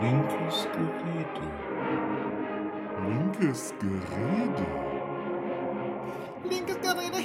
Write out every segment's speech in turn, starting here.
Linkes Gerede. Linkes Gerede. Linkes Gerede.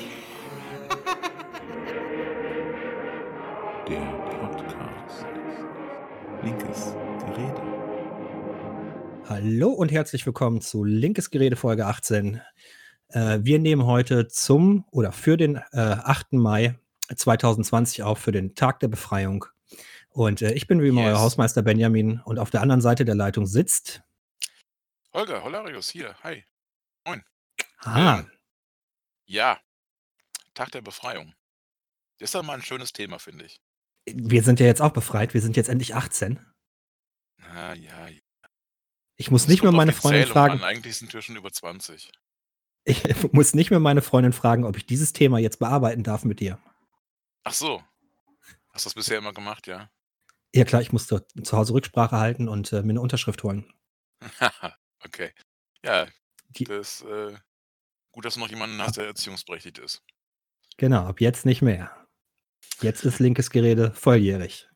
Der Podcast. Linkes Gerede. Hallo und herzlich willkommen zu Linkes Gerede Folge 18. Wir nehmen heute für den 8. Mai 2020 auf, für den Tag der Befreiung. Und ich bin wie immer euer Hausmeister Benjamin und auf der anderen Seite der Leitung sitzt Holger Hollarius hier. Hi. Moin. Ah, Ja, Tag der Befreiung. Das ist doch mal ein schönes Thema, finde ich. wir sind ja jetzt auch befreit, wir sind jetzt endlich 18. Na ja. Ich muss Das nicht mehr kommt auf meine die Freundin Zählung fragen. an. Eigentlich sind wir schon über 20. Ich muss nicht mehr meine Freundin fragen, ob ich dieses Thema jetzt bearbeiten darf mit dir. Ach so. Hast du das bisher immer gemacht, ja? Ja klar, ich musste zu Hause Rücksprache halten und mir eine Unterschrift holen. Okay. Ja, Die, das gut, dass du noch jemanden hast, der erziehungsberechtigt ist. genau, ab jetzt nicht mehr. Jetzt ist Linkes Gerede volljährig.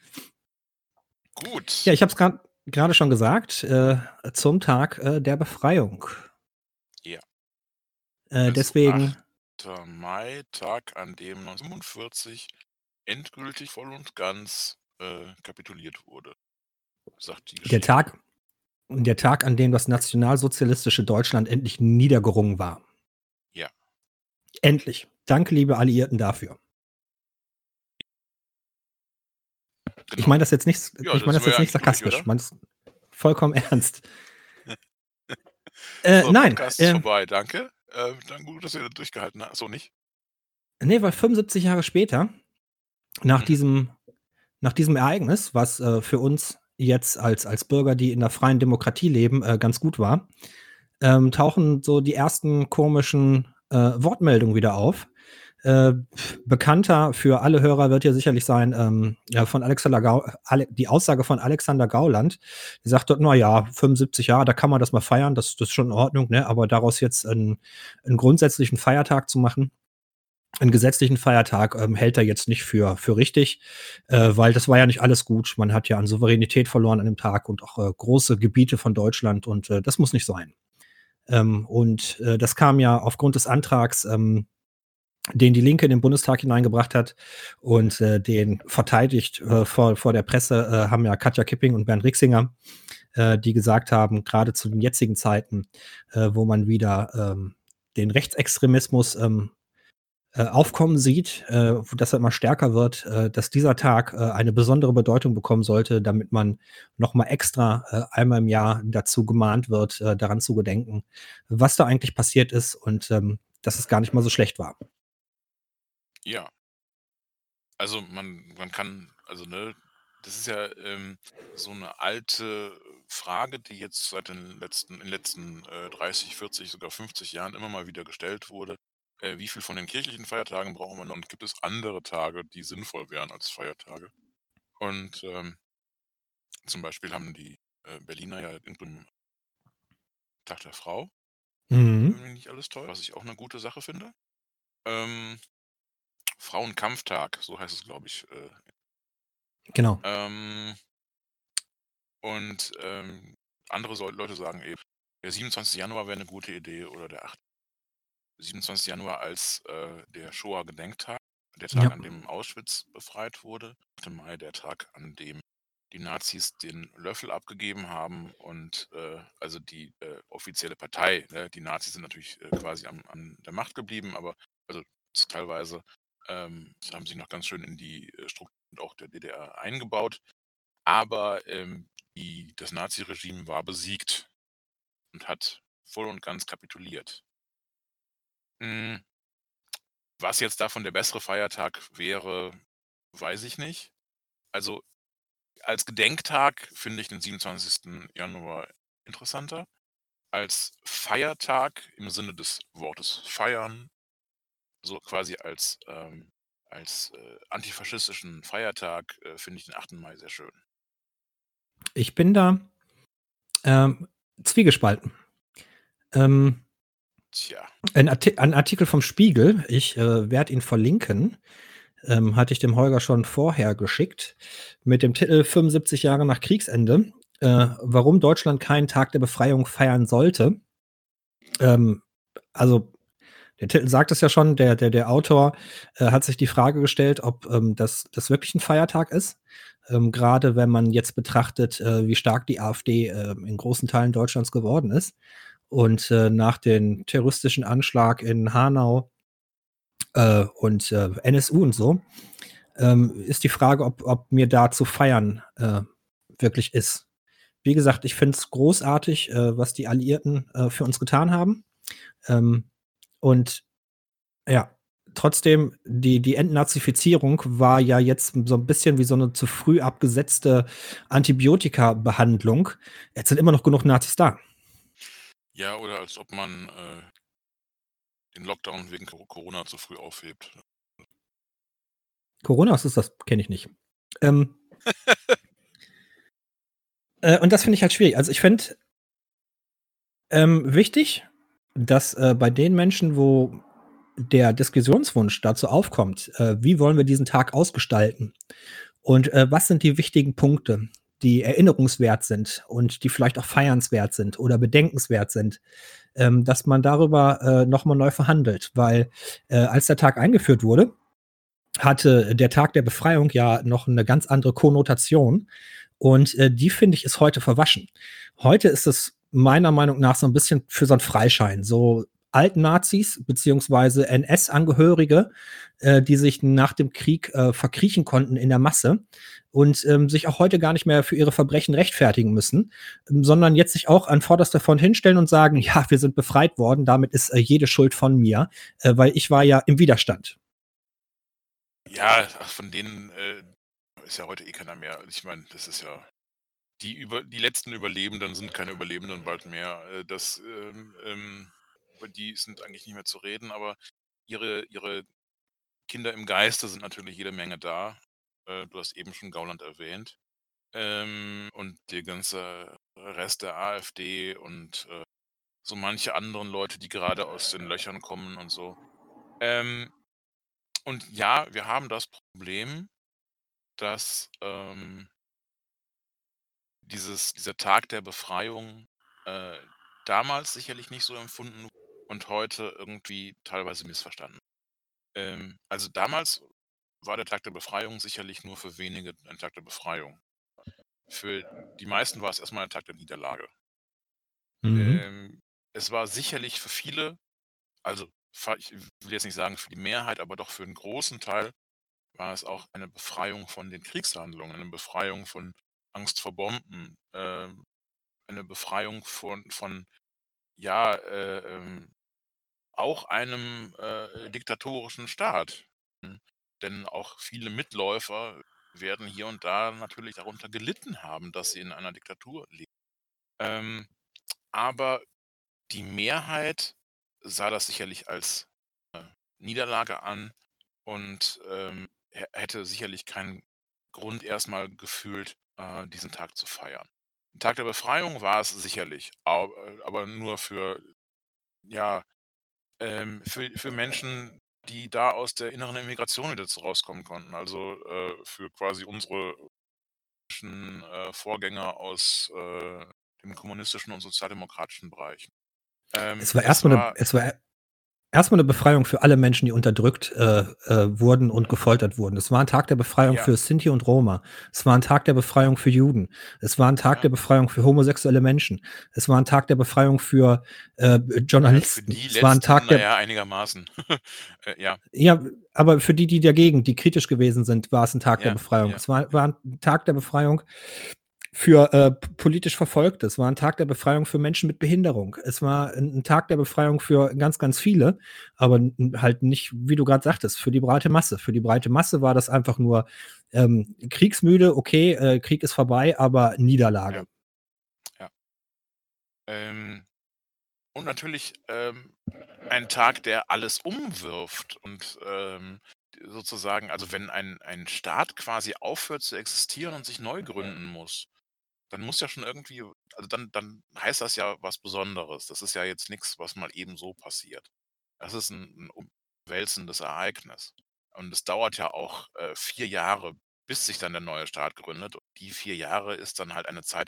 Gut. Ja, ich habe es gerade schon gesagt, zum Tag der Befreiung. Ja. Also Deswegen, 8. Mai, Tag, an dem 1945 endgültig voll und ganz kapituliert wurde, sagt die Geschichte. der Tag, an dem das nationalsozialistische Deutschland endlich niedergerungen war. Ja. Endlich. Danke, liebe Alliierten, dafür. Genau. Ich meine das jetzt nicht, Ja, ich meine das sind wir jetzt nicht eigentlich durch, sarkastisch, oder? ich meine es vollkommen ernst. So, Nein, Podcast ist vorbei, danke. Dann gut, dass ihr durchgehalten habt. So nicht? nee, weil 75 Jahre später, nach diesem Ereignis, was für uns jetzt als Bürger, die in der freien Demokratie leben, ganz gut war, tauchen so die ersten komischen Wortmeldungen wieder auf. Bekannter für alle Hörer wird ja sicherlich sein, von die Aussage von Alexander Gauland. Die sagt dort, na ja, 75 Jahre, da kann man das mal feiern, das ist schon in Ordnung, ne? Aber daraus jetzt einen grundsätzlichen Feiertag zu machen, einen gesetzlichen Feiertag, hält er jetzt nicht für richtig, weil das war ja nicht alles gut. Man hat ja an Souveränität verloren an dem Tag und auch große Gebiete von Deutschland und das muss nicht sein. Das kam ja aufgrund des Antrags, den die Linke in den Bundestag hineingebracht hat und den verteidigt vor der Presse haben ja Katja Kipping und Bernd Rixinger, die gesagt haben, gerade zu den jetzigen Zeiten, wo man wieder den Rechtsextremismus aufkommen sieht, dass er immer stärker wird, dass dieser Tag eine besondere Bedeutung bekommen sollte, damit man noch mal extra einmal im Jahr dazu gemahnt wird, daran zu gedenken, was da eigentlich passiert ist und dass es gar nicht mal so schlecht war. Ja. Also man kann, also ne, das ist ja so eine alte Frage, die jetzt seit in den letzten 30, 40, sogar 50 Jahren immer mal wieder gestellt wurde. Wie viel von den kirchlichen Feiertagen brauchen wir noch und gibt es andere Tage, die sinnvoll wären als Feiertage? Und zum Beispiel haben die Berliner ja den Tag der Frau, Mhm. wenn mich nicht alles täuscht, was ich auch eine gute Sache finde. Frauenkampftag, so heißt es, glaube ich. Genau. Und andere Leute sagen eben, der 27. Januar wäre eine gute Idee oder der 27. Januar als der Shoah-Gedenktag, der Tag, Ja. an dem Auschwitz befreit wurde. 8. Mai, der Tag, an dem die Nazis den Löffel abgegeben haben und also die offizielle Partei, ne, die Nazis sind natürlich quasi an der Macht geblieben, aber also teilweise haben sich noch ganz schön in die Struktur und auch der DDR eingebaut. Aber das Naziregime war besiegt und hat voll und ganz kapituliert. Was jetzt davon der bessere Feiertag wäre, weiß ich nicht. Also als Gedenktag finde ich den 27. Januar interessanter. Als Feiertag im Sinne des Wortes feiern, so quasi als antifaschistischen Feiertag, finde ich den 8. Mai sehr schön. Ich bin da zwiegespalten. Tja. Ein Artikel vom Spiegel, ich werde ihn verlinken, hatte ich dem Holger schon vorher geschickt, mit dem Titel 75 Jahre nach Kriegsende. warum Deutschland keinen Tag der Befreiung feiern sollte. Also, der Titel sagt es ja schon, der Autor, hat sich die Frage gestellt, ob, das wirklich ein Feiertag ist. Grade wenn man jetzt betrachtet, wie stark die AfD, in großen Teilen Deutschlands geworden ist. Und, nach dem terroristischen Anschlag in Hanau, und, NSU und so, ist die Frage, ob mir da zu feiern, wirklich ist. Wie gesagt, ich finde es großartig, was die Alliierten, für uns getan haben. Ähm, und ja, trotzdem, die Entnazifizierung war ja jetzt so ein bisschen wie so eine zu früh abgesetzte Antibiotikabehandlung. Jetzt sind immer noch genug Nazis da. Ja, oder als ob man den Lockdown wegen Corona zu früh aufhebt. Corona, was ist das? Kenne ich nicht. Ähm, und das finde ich halt schwierig. Also, ich finde, wichtig, dass, bei den Menschen, wo der Diskussionswunsch dazu aufkommt, wie wollen wir diesen Tag ausgestalten? Und, was sind die wichtigen Punkte, die erinnerungswert sind und die vielleicht auch feiernswert sind oder bedenkenswert sind, dass man darüber, noch mal neu verhandelt. Weil, als der Tag eingeführt wurde, hatte der Tag der Befreiung ja noch eine ganz andere Konnotation und, die finde ich, ist heute verwaschen. Heute ist es meiner Meinung nach so ein bisschen für so 'n Freischein, so Alt-Nazis beziehungsweise NS-Angehörige, die sich nach dem Krieg, verkriechen konnten in der Masse und, sich auch heute gar nicht mehr für ihre Verbrechen rechtfertigen müssen, sondern jetzt sich auch an vorderster Front hinstellen und sagen: „Ja, wir sind befreit worden, damit ist, jede Schuld von mir, weil ich war ja im Widerstand.“ Ja, ach, von denen ist ja heute eh keiner mehr. Also ich meine, das ist ja die letzten Überlebenden sind keine Überlebenden bald mehr. Über die sind eigentlich nicht mehr zu reden, aber ihre Kinder im Geiste sind natürlich jede Menge da. Du hast eben schon Gauland erwähnt. Und der ganze Rest der AfD und so manche anderen Leute, die gerade aus den Löchern kommen und so. Ähm, und ja, wir haben das Problem, dass dieser Tag der Befreiung äh, damals sicherlich nicht so empfunden und heute irgendwie teilweise missverstanden. Also damals war der Tag der Befreiung sicherlich nur für wenige ein Tag der Befreiung. Für die meisten war es erstmal ein Tag der Niederlage. Mhm. Es war sicherlich für viele, also ich will jetzt nicht sagen für die Mehrheit, aber doch für einen großen Teil war es auch eine Befreiung von den Kriegshandlungen, eine Befreiung von Angst vor Bomben, eine Befreiung von ja, auch einem diktatorischen Staat. Hm, Denn auch viele Mitläufer werden hier und da natürlich darunter gelitten haben, dass sie in einer Diktatur leben. Ähm, aber die Mehrheit sah das sicherlich als Niederlage an und hätte sicherlich keinen Grund erstmal gefühlt, diesen Tag zu feiern. 'N Tag der Befreiung war es sicherlich, aber nur für, ja, für Menschen, die da aus der inneren Immigration wieder so rauskommen konnten. Also, für quasi unsere Vorgänger aus dem kommunistischen und sozialdemokratischen Bereich. Es war Es erstmal eine war es war erst mal 'ne Befreiung für alle Menschen, die unterdrückt, wurden und gefoltert wurden. Es war ein Tag der Befreiung ja, für Sinti und Roma. Es war ein Tag der Befreiung für Juden. Es war ein Tag der ja, Befreiung für homosexuelle Menschen. Es war ein Tag der Befreiung für, für Journalisten. die Es war ein Letzten, Tag na der ja, einigermaßen. Ja, Ja, aber für die, die dagegen die kritisch gewesen sind, war es ein Tag der ja, Befreiung. ja, Es war 'n Tag der Befreiung für, politisch Verfolgte. Es war ein Tag der Befreiung für Menschen mit Behinderung. Es war ein Tag der Befreiung für ganz, ganz viele, aber halt nicht, wie du gerade sagtest, für die breite Masse. Für die breite Masse war das einfach nur, kriegsmüde, okay, Krieg ist vorbei, aber ja, Niederlage. ja. Ähm, und natürlich, ein Tag, der alles umwirft und sozusagen, also wenn ein Staat quasi aufhört zu existieren und sich neu gründen muss, dann muss ja schon irgendwie, also dann heißt das ja was Besonderes. Das ist ja jetzt nichts, was mal eben so passiert. Das ist ein umwälzendes Ereignis. Und es dauert ja auch 4 Jahre, bis sich dann der neue Staat gründet. Und die 4 Jahre ist dann halt eine Zeit,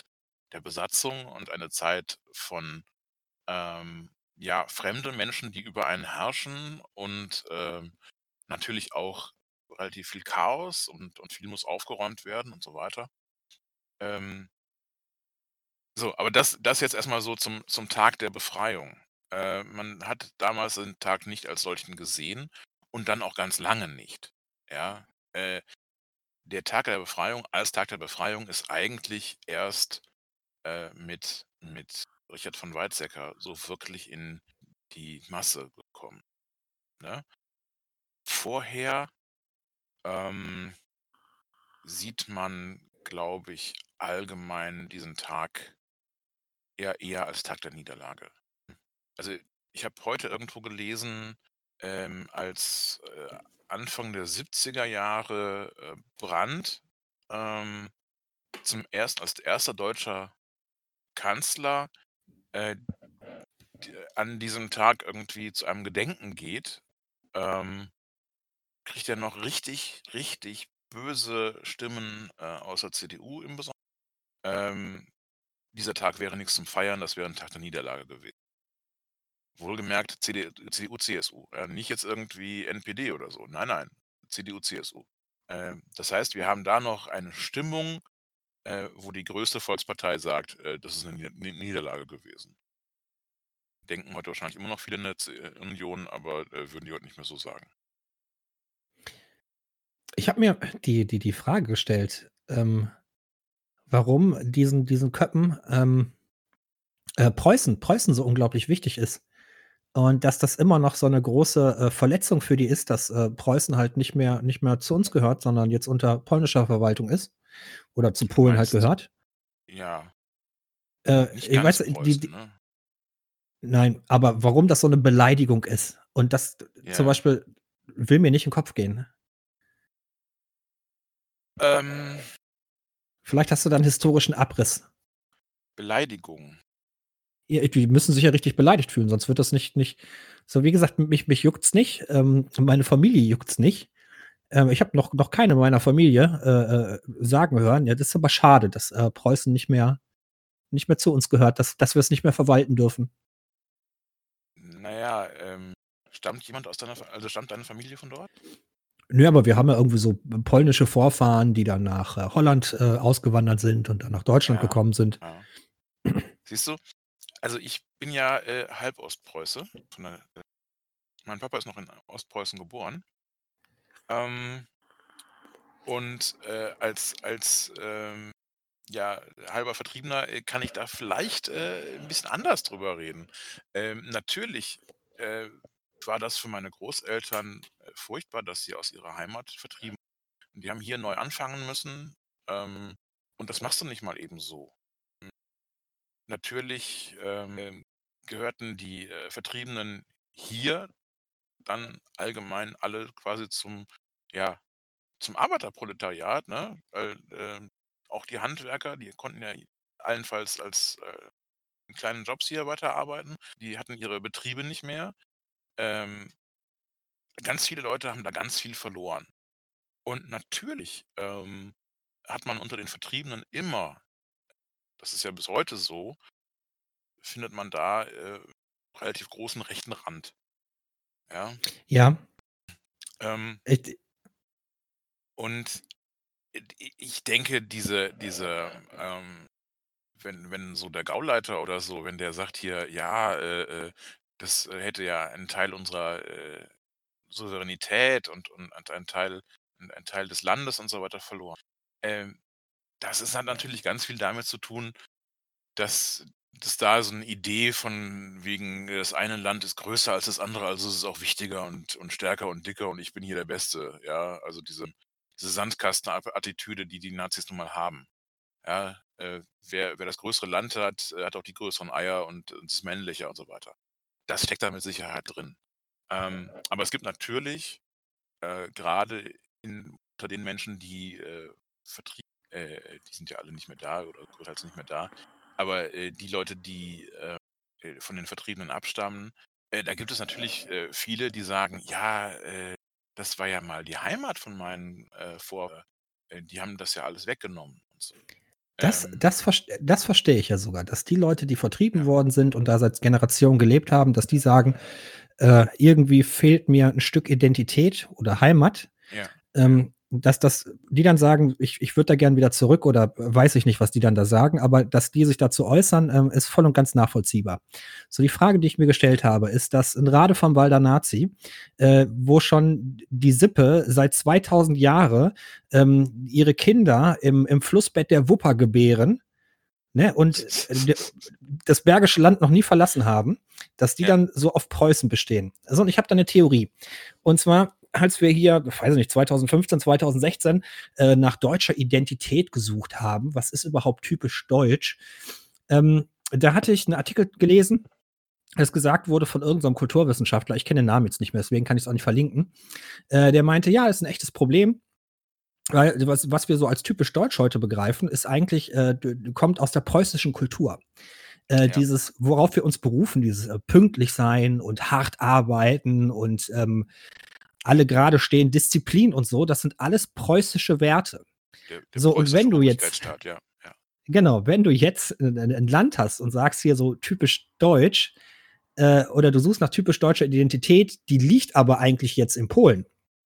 der Besatzung und eine Zeit von, ja, fremden Menschen, die über einen herrschen und, natürlich auch relativ viel Chaos und viel muss aufgeräumt werden und so weiter. Ähm, so, aber das jetzt erstmal so zum Tag der Befreiung. Man hat damals den Tag nicht als solchen gesehen und dann auch ganz lange nicht, ja? Der Tag der Befreiung als Tag der Befreiung ist eigentlich erst, mit Richard von Weizsäcker so wirklich in die Masse gekommen, ne? Vorher, ähm, sieht man, glaube ich, allgemein diesen Tag eher als Tag der Niederlage. Also, ich habe heute irgendwo gelesen, als, Anfang der 70er Jahre, Brandt, ähm, als erster deutscher Kanzler, äh, an diesem Tag irgendwie zu einem Gedenken geht, ähm, kriegt er noch richtig, richtig böse Stimmen, aus der CDU im Besonderen. Ähm, Dieser Tag wäre nichts zum Feiern, das wäre ein Tag der Niederlage gewesen. Wohlgemerkt CDU, CSU, nicht jetzt irgendwie NPD oder so. Nein, nein, CDU, CSU. Das heißt, wir haben da noch eine Stimmung, wo die größte Volkspartei sagt, das ist eine Niederlage gewesen. Denken heute wahrscheinlich immer noch viele in der Union, aber, würden die heute nicht mehr so sagen. Ich habe mir die Frage gestellt, warum diesen Köppen, Preußen so unglaublich wichtig ist. Und dass das immer noch so 'ne große, Verletzung für die ist, dass, Preußen halt nicht mehr zu uns gehört, sondern jetzt unter polnischer Verwaltung ist oder zu Du Polen halt meinst gehört. ja, nicht Ich ganz weiß, Preußen, ne? nein, aber warum das so 'ne Beleidigung ist und das zum Ja. Beispiel will mir nicht in 'n Kopf gehen. Ähm, Vielleicht hast du da 'n historischen Abriss. Beleidigung. Ja, die müssen sich ja richtig beleidigt fühlen, sonst wird das nicht so, wie gesagt, mich juckt's nicht, meine Familie juckt's nicht. Ich habe noch keine meiner Familie, sagen hören: „Ja, das ist aber schade, dass, Preußen nicht mehr zu uns gehört, dass wir's nicht mehr verwalten dürfen.“ Na ja, stammt deine Familie von dort? Nö, aber wir haben ja irgendwie so polnische Vorfahren, die dann nach, Holland, ausgewandert sind und dann nach Deutschland Ja, gekommen sind. ja. Siehst du? Also, ich bin ja, halb Ostpreuße. Von der Mein Papa ist noch in Ostpreußen geboren. Ähm, und, ja, halber Vertriebener, kann ich da vielleicht, 'n bisschen anders drüber reden. Natürlich, äh, war das für meine Großeltern, furchtbar, dass sie aus ihrer Heimat vertrieben. Die haben hier neu anfangen müssen, ähm, und das machst du nicht mal eben so. Natürlich, gehörten die, Vertriebenen hier dann allgemein alle quasi ja, zum Arbeiterproletariat, ne? Weil, auch die Handwerker, die konnten ja allenfalls als, in kleinen Jobs hier weiterarbeiten. Die hatten ihre Betriebe nicht mehr. Ähm, Ganz viele Leute haben da ganz viel verloren. Und natürlich, hat man unter den Vertriebenen immer, das ist ja bis heute so, findet man da, relativ großen rechten Rand, ja? Ja, Ähm, ich und ich denke, wenn so der Gauleiter oder so, wenn der sagt hier: „Ja, das, hätte ja einen Teil unserer, Souveränität und ein Teil des Landes und so weiter verloren." Ähm, Das ist hat natürlich ganz viel damit zu tun, dass da so 'ne Idee von wegen, das eine Land ist größer als das andere, also ist es auch wichtiger und stärker und dicker und ich bin hier der Beste, ja? Also diese Attitüde, die die Nazis nun mal haben, ja? Wer das größere Land hat, hat auch die größeren Eier und ist männlicher und so weiter. Das steckt da mit Sicherheit drin. Aber es gibt natürlich, grade unter den Menschen, die, die sind ja alle nicht mehr da oder größtenteils nicht mehr da. Aber, die Leute, die, von den Vertriebenen abstammen, da gibt es natürlich, viele, die sagen: „Ja, das war ja mal die Heimat von meinen, Vorfahren. Die haben das ja alles weggenommen" und so. Ähm, Das verstehe ich ja sogar, dass die Leute, die vertrieben ja, worden sind und da seit Generationen gelebt haben, dass die sagen, irgendwie fehlt mir ein Stück Identität oder Heimat. ja, ja. Dass die dann sagen, ich würde da gern wieder zurück oder weiß ich nicht, was die dann da sagen, aber dass die sich dazu äußern, ist voll und ganz nachvollziehbar. So die Frage, die ich mir gestellt habe, ist, dass in Rade vom Walder Nazi, wo schon die Sippe seit 2000 Jahre ihre Kinder im Flussbett der Wupper gebären, ne, und das Bergische Land noch nie verlassen haben, dass die Ja, dann so auf Preußen bestehen. Also, und ich habe da eine Theorie. Und zwar, als wir hier, weiß ich nicht, 2015, 2016 nach deutscher Identität gesucht haben, was ist überhaupt typisch deutsch, da hatte ich einen Artikel gelesen, das gesagt wurde von irgendeinem Kulturwissenschaftler, ich kenne den Namen jetzt nicht mehr, deswegen kann ich es auch nicht verlinken, der meinte, ja, ist ein echtes Problem, weil was wir so als typisch deutsch heute begreifen, ist eigentlich, kommt aus der preußischen Kultur. ja, Dieses, worauf wir uns berufen, dieses pünktlich sein und hart arbeiten und alle gerade stehen, Disziplin und so, das sind alles preußische Werte. der So, und preußische wenn du jetzt, Obrigkeitsstaat, ja, ja. genau, wenn du jetzt ein Land hast und sagst hier so typisch deutsch, oder du suchst nach typisch deutscher Identität, die liegt aber eigentlich jetzt in Polen.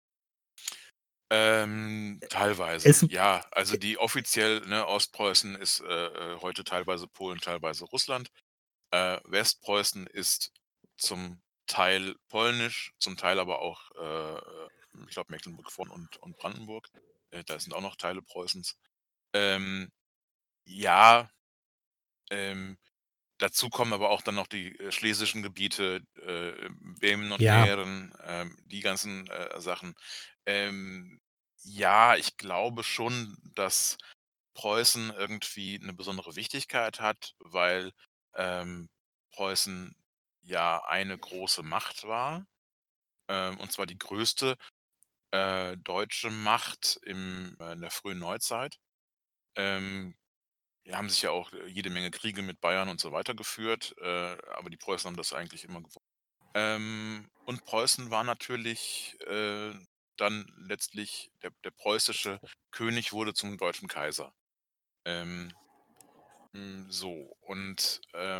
Teilweise, Ist, ja. Also die offiziell, ne, Ostpreußen ist heute teilweise Polen, teilweise Russland. Westpreußen ist zum Teil polnisch, zum Teil aber auch, ich glaube, Mecklenburg-Vorpommern und Brandenburg. Da sind auch noch Teile Preußens. Ähm, ja, ähm, dazu kommen aber auch dann noch die schlesischen Gebiete, Böhmen und ja, Mähren, die ganzen Sachen. Ähm, ja, ich glaube schon, dass Preußen irgendwie eine besondere Wichtigkeit hat, weil Preußen ja eine große Macht war, und zwar die größte deutsche Macht in der frühen Neuzeit. Ähm, Die haben sich ja auch jede Menge Kriege mit Bayern und so weiter geführt, aber die Preußen haben das eigentlich immer gewonnen. Und Preußen war natürlich dann letztlich der preußische König wurde zum deutschen Kaiser. Ähm, so und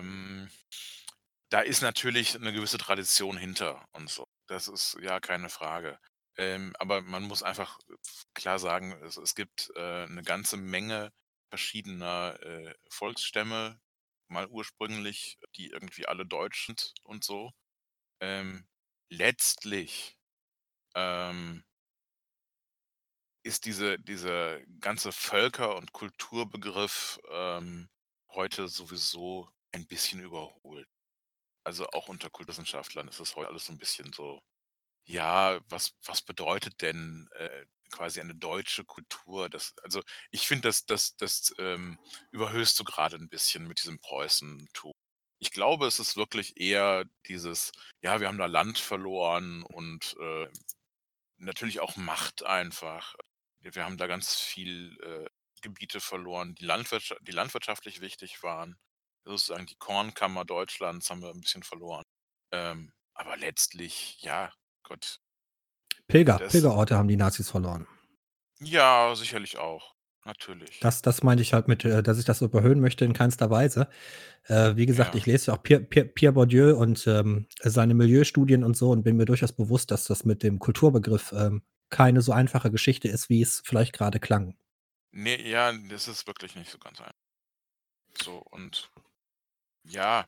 da ist natürlich eine gewisse Tradition hinter und so. Das ist ja keine Frage. Aber man muss einfach klar sagen, es gibt 'ne ganze Menge verschiedener Volksstämme, mal ursprünglich, die irgendwie alle deutsch sind und so. Ähm, letztlich ähm, ist dieser ganze Völker und Kulturbegriff heute sowieso ein bisschen überholt. Also, auch unter Kulturwissenschaftlern ist das heute alles so 'n bisschen so: „Ja, was bedeutet denn quasi eine deutsche Kultur?“ Ich finde, das überhöhst du grade 'n bisschen mit diesem Preußentum. Ich glaube, es ist wirklich eher dieses: „Ja, wir haben da Land verloren und natürlich auch Macht einfach. Wir haben da ganz viel Gebiete verloren, die landwirtschaftlich wichtig waren. Sozusagen die Kornkammer Deutschlands haben wir ein bisschen verloren. Aber letztlich, ja, Gott, das Pilgerorte haben die Nazis verloren. ja, sicherlich auch, natürlich. Das meinte ich halt mit, dass ich das so überhöhen möchte in keinster Weise. Wie gesagt, Ja. ich lese ja auch Pierre Bourdieu und seine Milieustudien und so und bin mir durchaus bewusst, dass das mit dem Kulturbegriff keine so einfache Geschichte ist, wie es vielleicht gerade klang. Ne, ja, das ist wirklich nicht so ganz einfach. So und ja,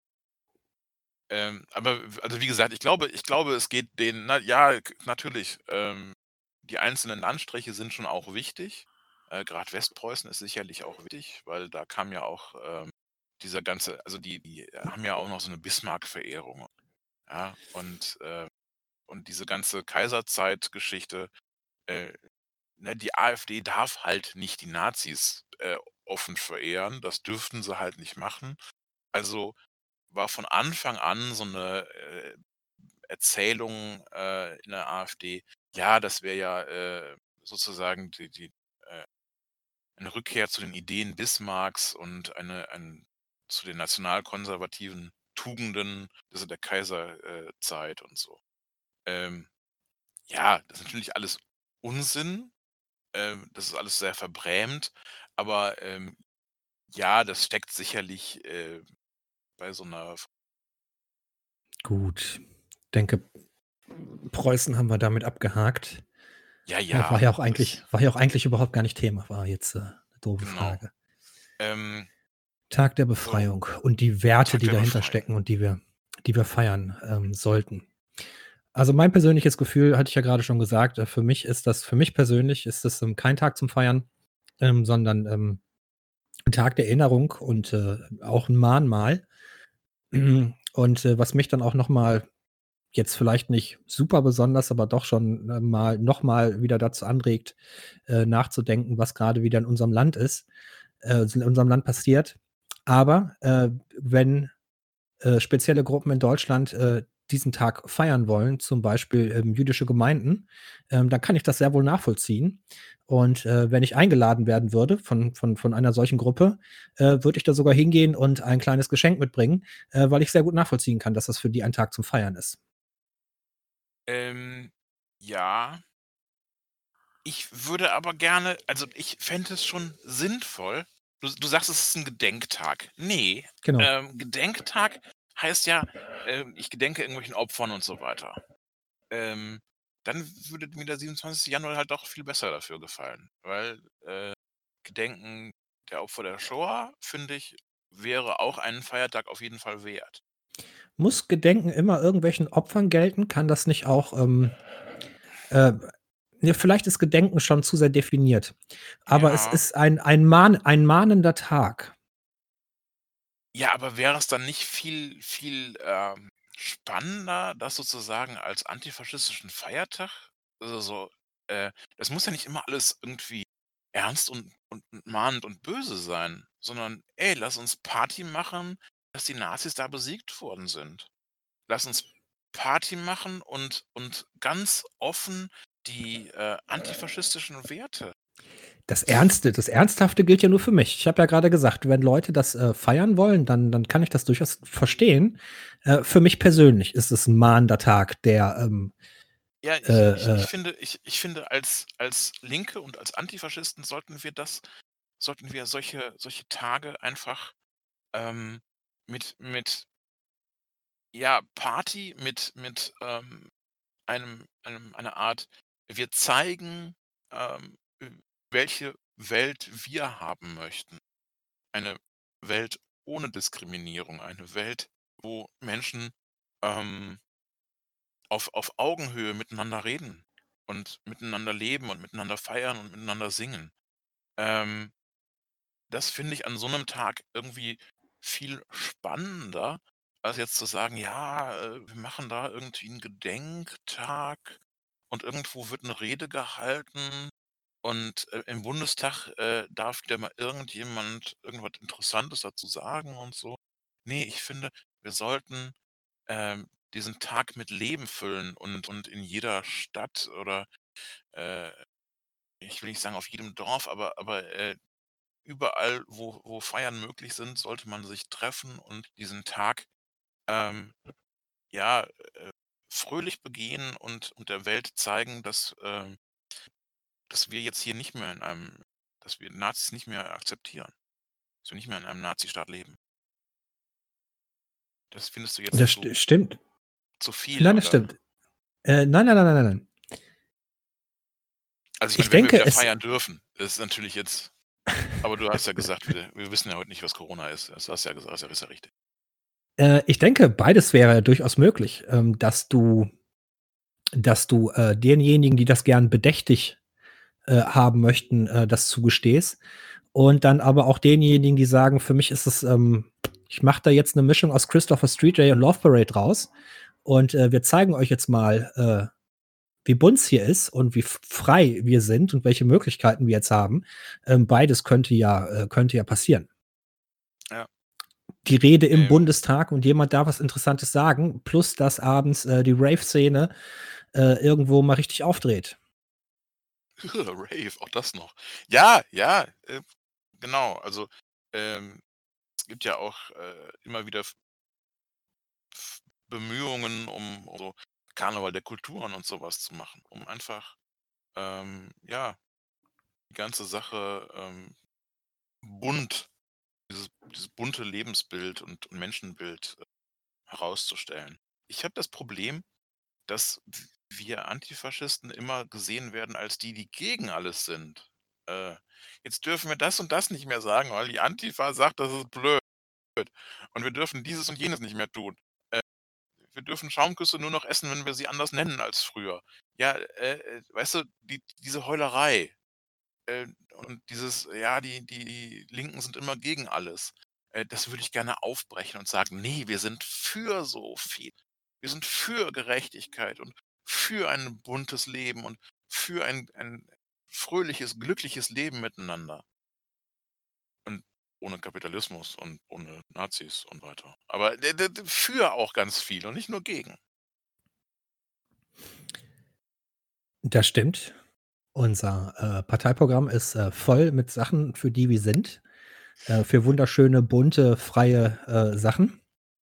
aber also, wie gesagt, ich glaube, es geht denen ja, natürlich, die einzelnen Landstriche sind schon auch wichtig. Grad Westpreußen ist sicherlich auch wichtig, weil da kam ja auch, dieser ganze also, die haben ja auch noch so eine Bismarck-Verehrung, ja? Und diese ganze Kaiserzeitgeschichte, äh, ne, die AfD darf halt nicht die Nazis offen verehren. Das dürften sie halt nicht machen. Also, war von Anfang an so eine Erzählung in der AfD, ja, das wäre ja sozusagen äh, eine Rückkehr zu den Ideen Bismarcks und zu den nationalkonservativen Tugenden der Kaiserzeit Zeit und so. Ähm, ja, das ist natürlich alles Unsinn, das ist alles sehr verbrämt, aber Ja, das steckt sicherlich, bei so 'ner Gut. Denke, Preußen haben wir damit abgehakt. ja, Ja, ja, das war ja auch eigentlich überhaupt gar nicht Thema, war jetzt, 'ne doofe genau. Frage. Ähm, Tag der so, Befreiung und die Werte, Tag die der dahinter Befreiung. stecken und die wir feiern, sollten. Also, mein persönliches Gefühl hatte ich ja grade schon gesagt, für mich persönlich ist das, kein Tag zum Feiern, sondern, 'n Tag der Erinnerung und, auch 'n Mahnmal. Und, was mich dann auch noch mal jetzt vielleicht nicht super besonders, aber doch schon, mal noch mal wieder dazu anregt, nachzudenken, was grade wieder in unserem Land ist in unserem Land passiert. Aber, wenn, spezielle Gruppen in Deutschland, diesen Tag feiern wollen, zum Beispiel, jüdische Gemeinden, dann kann ich das sehr wohl nachvollziehen. Und, wenn ich eingeladen werden würde von einer solchen Gruppe, würde ich da sogar hingehen und ein kleines Geschenk mitbringen, weil ich sehr gut nachvollziehen kann, dass das für die ein Tag zum Feiern ist. Ja, ich würde aber gerne, also, ich fände es schon sinnvoll. Du sagst, es ist 'n Gedenktag. Ne, Genau. Gedenktag heißt ja, ich gedenke irgendwelchen Opfern und so weiter. Ähm, Dann würde mir der 27. Januar halt doch viel besser dafür gefallen, weil, Gedenken der Opfer der Shoah, finde ich, wäre auch einen Feiertag auf jeden Fall wert. Muss Gedenken immer irgendwelchen Opfern gelten? Kann das nicht auch, äh ja, vielleicht ist Gedenken schon zu sehr definiert, aber es Ja. ist ein mahnender Tag. Ja, aber wäre es dann nicht viel, spannender, das sozusagen als antifaschistischen Feiertag, also so, das muss ja nicht immer alles irgendwie ernst und mahnend und böse sein, sondern: „Ey, lass uns Party machen, dass die Nazis da besiegt worden sind. Lass uns Party machen und ganz offen die, antifaschistischen Werte." Das Ernsthafte gilt ja nur für mich. Ich habe ja grade gesagt, wenn Leute das, feiern wollen, dann kann ich das durchaus verstehen. Für mich persönlich ist es 'n mahnender Tag, der, Ja, äh, äh ich finde, als Linke und als Antifaschisten sollten wir solche Tage einfach, ähm, mit, ja, Party, einer Art, wir zeigen, welche Welt wir haben möchten. Eine Welt ohne Diskriminierung, eine Welt, wo Menschen, ähm, auf Augenhöhe miteinander reden und miteinander leben und miteinander feiern und miteinander singen. Ähm, Das finde ich an so 'nem Tag irgendwie viel spannender, als jetzt zu sagen: „Ja, wir machen da irgendwie 'n Gedenktag und irgendwo wird 'ne Rede gehalten und, im Bundestag, darf wieder mal irgendjemand irgendwas Interessantes dazu sagen" und so. Ne, ich finde, wir sollten, diesen Tag mit Leben füllen und in jeder Stadt oder, äh, ich will nicht sagen auf jedem Dorf, aber, überall, wo Feiern möglich sind, sollte man sich treffen und diesen Tag, ähm, ja, fröhlich begehen und der Welt zeigen, dass wir jetzt hier nicht mehr in einem dass wir Nazis nicht mehr akzeptieren, dass wir nicht mehr in einem Nazistaat leben. Das findest du jetzt das stimmt. zu viel, Nein, das oder? stimmt. Nein, nein, nein, nein, nein, nein. Also, ich Ich meine, wenn wir denke, wieder es feiern dürfen, das ist natürlich jetzt, aber du hast ja gesagt, wir wissen ja heute nicht, was Corona ist. Das hast du ja gesagt, das ist ja richtig. ich denke, beides wäre durchaus möglich, dass du denjenigen, die das gern bedächtig, haben möchten, das zugestehst und dann aber auch denjenigen, die sagen: „Für mich ist es ich mache da jetzt 'ne Mischung aus Christopher Street Day und Love Parade raus und, wir zeigen euch jetzt mal, wie bunt's hier ist und wie frei wir sind und welche Möglichkeiten wir jetzt haben." Beides könnte ja passieren. Ja, Die Rede im ähm, Bundestag und jemand darf was Interessantes sagen, plus dass abends, die Rave-Szene, irgendwo mal richtig aufdreht. Rave, auch das noch. Ja, ja, genau. Also, es gibt ja auch, immer wieder Bemühungen, um so Karneval der Kulturen und sowas zu machen, um einfach, ja, die ganze Sache, bunt, wie dieses bunte Lebensbild und Menschenbild herauszustellen. Ich habe das Problem, dass wir Antifaschisten immer gesehen werden als die, die gegen alles sind. Äh, Jetzt dürfen wir das und das nicht mehr sagen, weil die Antifa sagt, das ist blöd. Und wir dürfen dieses und jenes nicht mehr tun. Wir dürfen Schaumküsse nur noch essen, wenn wir sie anders nennen als früher. Ja, weißt du, diese Heulerei, und dieses, ja, die Linken sind immer gegen alles. Das würde ich gerne aufbrechen und sagen: „Ne, wir sind für so viel. Wir sind für Gerechtigkeit und für ein buntes Leben und für ein fröhliches, glückliches Leben miteinander und ohne Kapitalismus und ohne Nazis und weiter.“ Aber für auch ganz viel und nicht nur gegen. Das stimmt. Unser, Parteiprogramm ist, voll mit Sachen, für die wir sind, für wunderschöne, bunte, freie, Sachen.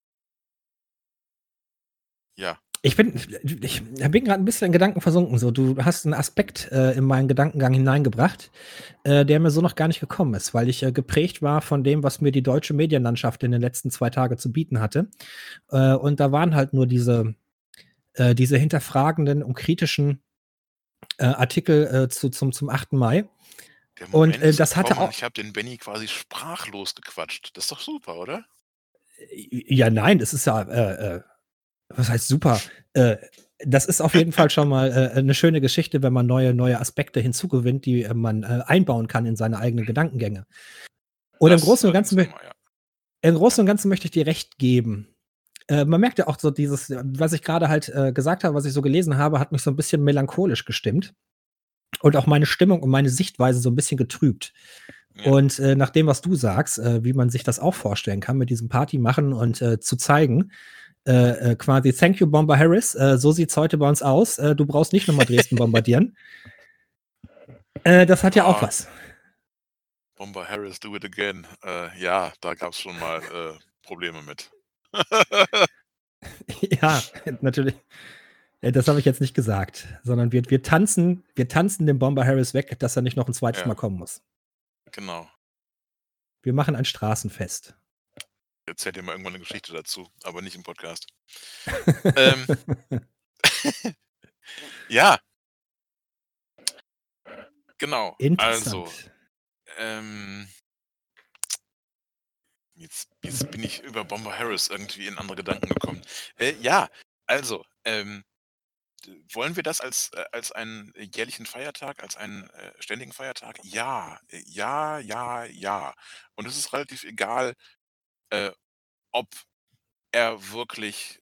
Ja, Ich bin grad 'n bisschen in Gedanken versunken so. Du hast 'n Aspekt, in meinen Gedankengang hineingebracht, der mir so noch gar nicht gekommen ist, weil ich, geprägt war von dem, was mir die deutsche Medienlandschaft in den letzten 2 Tage zu bieten hatte. Und da waren halt nur diese hinterfragenden und kritischen, Artikel, zum 8. Mai. der Und, Moment ist das hatte gekommen und auch ich habe den Benny quasi sprachlos gequatscht. Das ist doch super, oder? ja, nein, das ist ja, was heißt super? Äh, Das ist auf jeden Fall schon mal, 'ne schöne Geschichte, wenn man neue Aspekte hinzugewinnt, die, man, einbauen kann in seine eigenen Gedankengänge. Und Das ist allerdings immer, ja. Im Großen und Ganzen möchte ich dir recht geben. Man merkt ja auch so dieses was ich grade halt, gesagt habe, was ich so gelesen habe, hat mich so 'n bisschen melancholisch gestimmt und auch meine Stimmung und meine Sichtweise so 'n bisschen getrübt. Ja, Und, nach dem, was du sagst, wie man sich das auch vorstellen kann, mit diesem Party machen und, zu zeigen, quasi: „Thank you, Bomber Harris. So sieht's heute bei uns aus. Du brauchst nicht noch mal Dresden bombardieren.“ Das hat ja auch ah, was. Bomber Harris, do it again. Ja, da gab's schon mal, Probleme mit. Ja, natürlich. Das habe ich jetzt nicht gesagt, sondern wir tanzen dem Bomber Harris weg, dass er nicht noch 'n zweites Mal Ja, kommen muss. genau. Wir machen ein Straßenfest. Erzähl dir mal irgendwann 'ne Geschichte dazu, aber nicht im Podcast. Ähm, ja, genau. Also, Interessant. ähm, jetzt bin ich über Bomber Harris irgendwie in andere Gedanken gekommen. Ja, also, wollen wir das als einen jährlichen Feiertag, als einen, ständigen Feiertag? Ja, ja, ja, ja. Und es ist relativ egal, äh, ob er wirklich,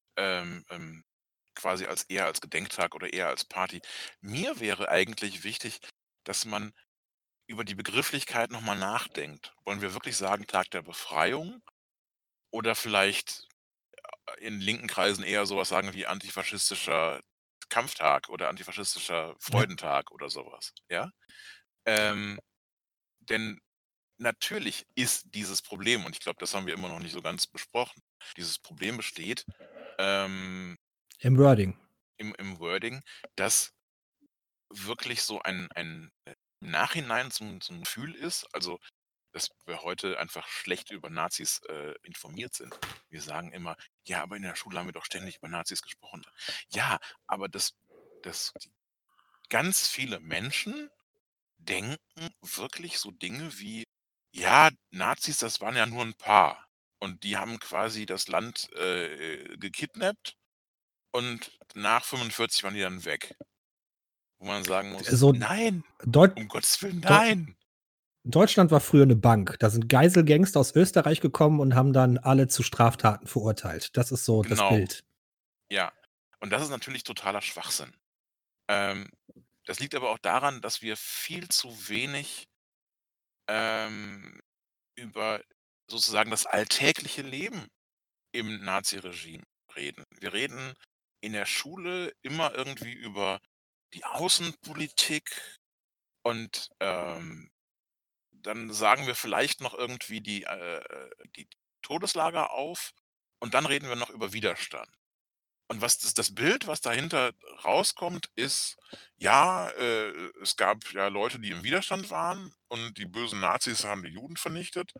quasi als eher als Gedenktag oder eher als Party. Mir wäre eigentlich wichtig, dass man über die Begrifflichkeit noch mal nachdenkt. Wollen wir wirklich sagen Tag der Befreiung oder vielleicht in linken Kreisen eher so was sagen wie antifaschistischer Kampftag oder antifaschistischer Ja. Freudentag oder sowas, ja? Ähm, denn natürlich ist dieses Problem, und ich glaube, das haben wir immer noch nicht so ganz besprochen, dieses Problem besteht, ähm, Im Wording. im Wording, dass wirklich so im Nachhinein so 'n Gefühl ist, also, dass wir heute einfach schlecht über Nazis, informiert sind. Wir sagen immer: „Ja, aber in der Schule haben wir doch ständig über Nazis gesprochen.“ Ja, aber das ganz viele Menschen denken wirklich so Dinge wie: „Ja, Nazis, das waren ja nur 'n paar und die haben quasi das Land, gekidnappt und nach 45 waren die dann weg.“ Wo man sagen muss: So „Nein, Deut um Gottes Willen, Deu nein!“ Deutschland war früher 'ne Bank. Da sind Geiselgangster aus Österreich gekommen und haben dann alle zu Straftaten verurteilt. Das ist so das Genau, Bild. ja. Und das ist natürlich totaler Schwachsinn. Ähm, Das liegt aber auch daran, dass wir viel zu wenig, ähm, über sozusagen das alltägliche Leben im Naziregime reden. Wir reden in der Schule immer irgendwie über die Außenpolitik und, dann sagen wir vielleicht noch irgendwie die Todeslager auf und dann reden wir noch über Widerstand. Und was das Bild, was dahinter rauskommt, ist, ja, es gab ja Leute, die im Widerstand waren und die bösen Nazis haben die Juden vernichtet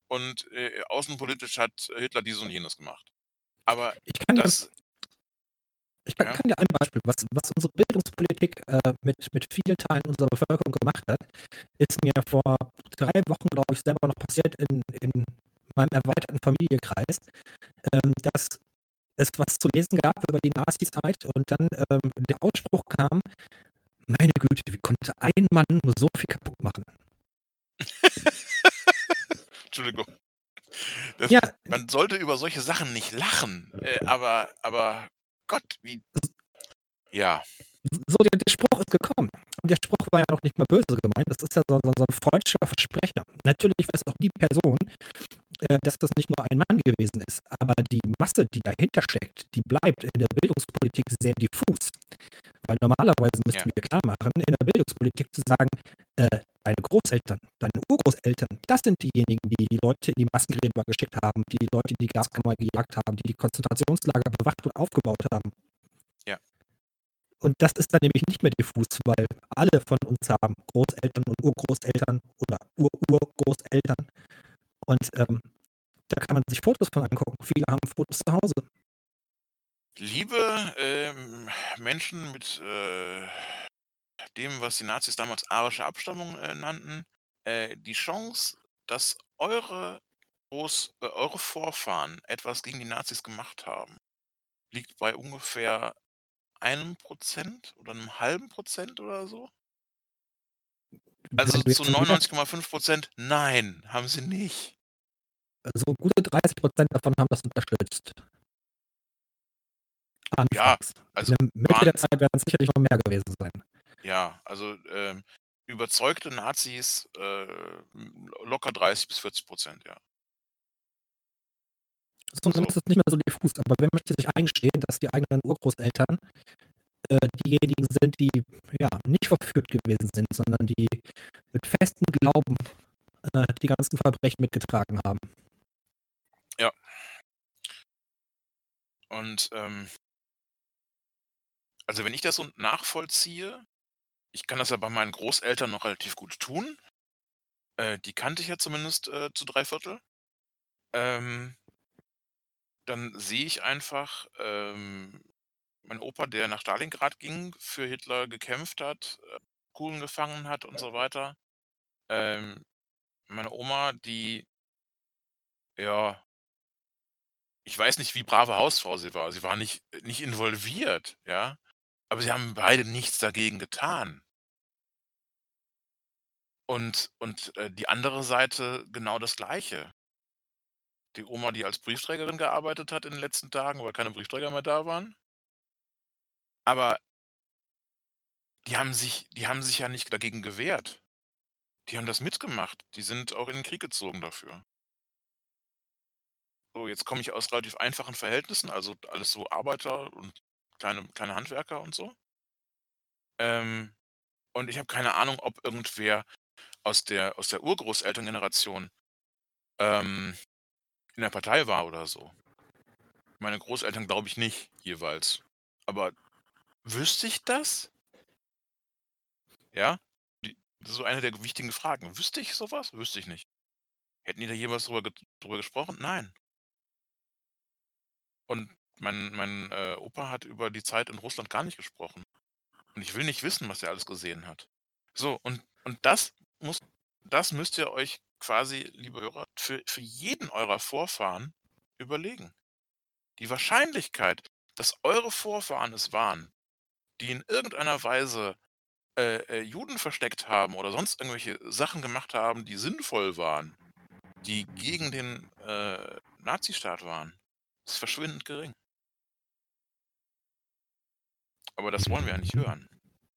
und außenpolitisch hat Hitler dies und jenes gemacht. Aber Ich kann dir das, Ich ja, kann dir ein Beispiel, was unsere Bildungspolitik mit vielen Teilen unserer Bevölkerung gemacht hat, ist mir vor 3 Wochen, glaube ich, selber noch passiert in meinem erweiterten Familienkreis, dass es was zu lesen gab über die Nazi-Zeit und dann der Ausspruch kam, meine Güte, wie konnte ein Mann nur so viel kaputt machen? Entschuldigung. Das, Ja, man sollte über solche Sachen nicht lachen, aber Gott, wie, ja, so der Spruch ist gekommen. Und der Spruch war ja noch nicht mal böse gemeint, das ist ja so ein freudscher Versprecher. Natürlich weiß auch die Person, dass das nicht nur ein Mann gewesen ist, aber die Masse, die dahinter steckt, die bleibt in der Bildungspolitik sehr diffus. Weil normalerweise ja, müssten wir klar machen, in der Bildungspolitik zu sagen, deine Großeltern, deine Urgroßeltern, das sind diejenigen, die die Leute in die Massengräber geschickt haben, die die Leute in die Gaskammer gejagt haben, die die Konzentrationslager bewacht und aufgebaut haben. ja. Und das ist dann nämlich nicht mehr diffus, weil alle von uns haben Großeltern und Urgroßeltern oder Ururgroßeltern. Und da kann man sich Fotos von angucken. Viele haben Fotos zu Hause. Liebe Menschen mit dem, was die Nazis damals arische Abstammung nannten, die Chance, dass eure Vorfahren etwas gegen die Nazis gemacht haben, liegt bei ungefähr 1% oder einem halben Prozent oder so. Also Wenn du zu jetzt in jeder, 99,5% nein, haben sie nicht. so gute 30% davon haben das unterstützt. Ja, Anfangs. In also der Mitte waren, der Zeit werden es sicherlich noch mehr gewesen sein. ja, also überzeugte Nazis locker 30 bis 40%, ja. So, dann So, ist es nicht mehr so diffus. Aber wer möchte sich eingestehen, dass die eigenen Urgroßeltern diejenigen sind, die ja nicht verführt gewesen sind, sondern die mit festem Glauben die ganzen Verbrechen mitgetragen haben? ja. Und also wenn ich das so nachvollziehe, ich kann das ja bei meinen Großeltern noch relativ gut tun. Die kannte ich ja zumindest zu 3/4. Ähm, dann sehe ich einfach mein Opa, der nach Stalingrad ging, für Hitler gekämpft hat, Kugeln gefangen hat und so weiter. Ähm, meine Oma, die, ja, ich weiß nicht, wie brave Hausfrau sie war. Sie war nicht involviert, ja, aber sie haben beide nichts dagegen getan. Und die andere Seite genau das Gleiche. Die Oma, die als Briefträgerin gearbeitet hat in den letzten Tagen, weil keine Briefträger mehr da waren. Aber die haben sich ja nicht dagegen gewehrt. Die haben das mitgemacht. Die sind auch in den Krieg gezogen dafür. So, jetzt komme ich aus relativ einfachen Verhältnissen, also alles so Arbeiter und kleine Handwerker und so. Ähm, und ich habe keine Ahnung, ob irgendwer aus der Urgroßelterngeneration, ähm, in der Partei war oder so. Meine Großeltern glaube ich nicht jeweils. Aber wüsste ich das? Ja? Das ist so eine der wichtigen Fragen. Wüsste ich sowas? Wüsste ich nicht. Hätten die da jemals drüber gesprochen? Nein. Und mein Opa hat über die Zeit in Russland gar nicht gesprochen. Und ich will nicht wissen, was er alles gesehen hat. So, und muss das müsst ihr euch quasi, liebe Hörer, für jeden eurer Vorfahren überlegen. Die Wahrscheinlichkeit, dass eure Vorfahren es waren, die in irgendeiner Weise Juden versteckt haben oder sonst irgendwelche Sachen gemacht haben, die sinnvoll waren, die gegen den Nazistaat waren, ist verschwindend gering. Aber das wollen wir ja nicht hören.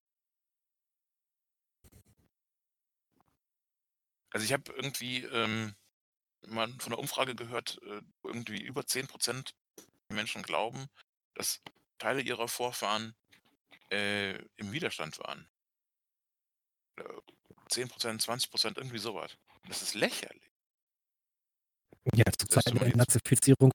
Also ich habe irgendwie mal von einer Umfrage gehört, irgendwie über 10% der Menschen glauben, dass Teile ihrer Vorfahren im Widerstand waren. 10%, 20%, irgendwie sowas. Das ist lächerlich. Ja, zur Selbst Zeit wenn man der jetzt, Entnazifizierung,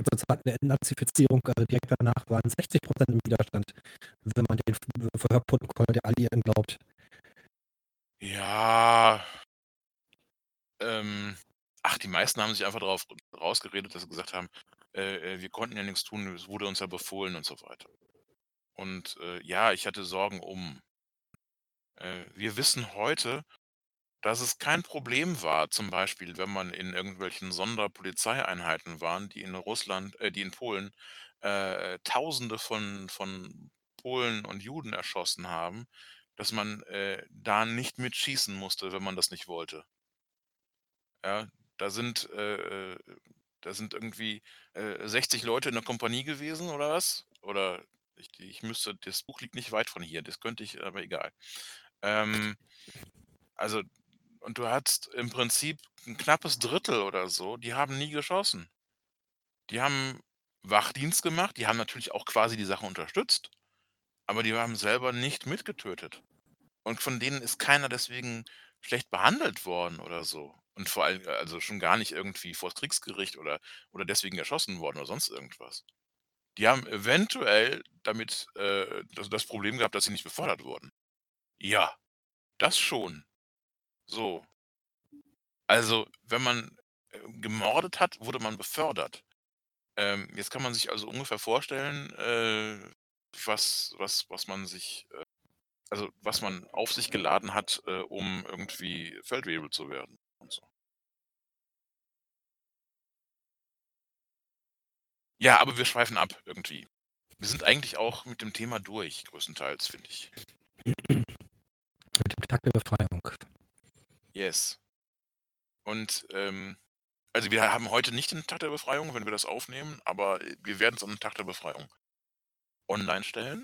direkt danach waren 60% im Widerstand, wenn man den Verhörprotokoll der Alliierten glaubt. ja, ähm, die meisten haben sich einfach darauf rausgeredet, dass sie gesagt haben, wir konnten ja nichts tun, es wurde uns ja befohlen und so weiter. Und, ja, ich hatte Sorgen um. Wir wissen heute, dass es kein Problem war, zum Beispiel, wenn man in irgendwelchen Sonderpolizeieinheiten waren, die in Polen, Tausende von Polen und Juden erschossen haben, dass man, da nicht mitschießen musste, wenn man das nicht wollte. Ja, da sind, äh, äh da sind irgendwie, 60 Leute in der Kompanie gewesen oder was? Oder ich müsste das Buch liegt nicht weit von hier, das könnte ich aber egal. Ähm, also und du hattest im Prinzip 'n knappes Drittel oder so, die haben nie geschossen. Die haben Wachdienst gemacht, die haben natürlich auch quasi die Sache unterstützt, aber die haben selber nicht mitgetötet. Und von denen ist keiner deswegen schlecht behandelt worden oder so. Und vor allem also schon gar nicht irgendwie vors Kriegsgericht oder deswegen erschossen worden oder sonst irgendwas. Die haben eventuell damit, das Problem gehabt, dass sie nicht befördert wurden. Ja, das schon. So. Also, wenn man, gemordet hat, wurde man befördert. Jetzt kann man sich also ungefähr vorstellen, was man sich also, was man auf sich geladen hat, um irgendwie Feldwebel zu werden und so. Ja, aber wir schweifen ab irgendwie. Wir sind eigentlich auch mit dem Thema durch, größtenteils, finde ich. Mit dem Tag der Befreiung. Yes. Und, also, wir haben heute nicht den Tag der Befreiung, wenn wir das aufnehmen, aber, wir werden es am Tag der Befreiung online stellen.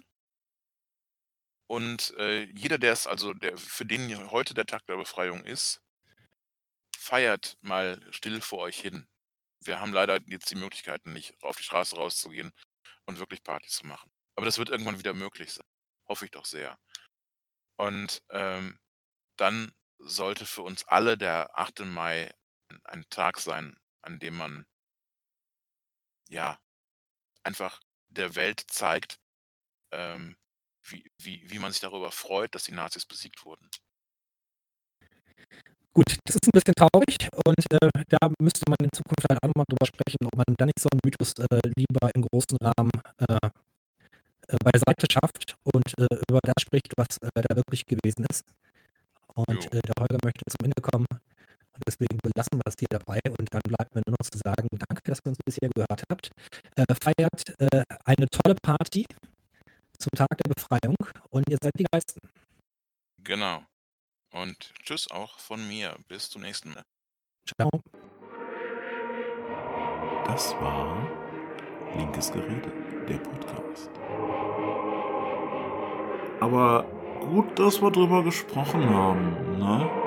Und, jeder, der für den heute der Tag der Befreiung ist, feiert mal still vor euch hin. Wir haben leider jetzt die Möglichkeiten nicht, auf die Straße rauszugehen und wirklich Party zu machen. Aber das wird irgendwann wieder möglich sein. Hoffe ich doch sehr. Und, dann sollte für uns alle der 8. Mai ein Tag sein, an dem man, ja, einfach der Welt zeigt, ähm, wie man sich darüber freut, dass die Nazis besiegt wurden. Gut, das ist ein bisschen traurig und, da müsste man in Zukunft halt auch noch mal drüber sprechen, ob man da nicht so 'n Mythos, lieber im großen Rahmen, beiseite schafft und, über das spricht, was, da wirklich gewesen ist. Und, Jo. der Holger möchte zum Ende kommen und deswegen belassen wir das hier dabei und dann bleibt mir nur noch zu sagen: Danke, dass ihr uns bis hier gehört habt. Feiert, eine tolle Party zum Tag der Befreiung und ihr seid die Geilsten. Genau. Und tschüss auch von mir. Bis zum nächsten Mal. Ciao. Das war Linkes Gerede, der Podcast. Aber gut, dass wir drüber gesprochen haben, ne?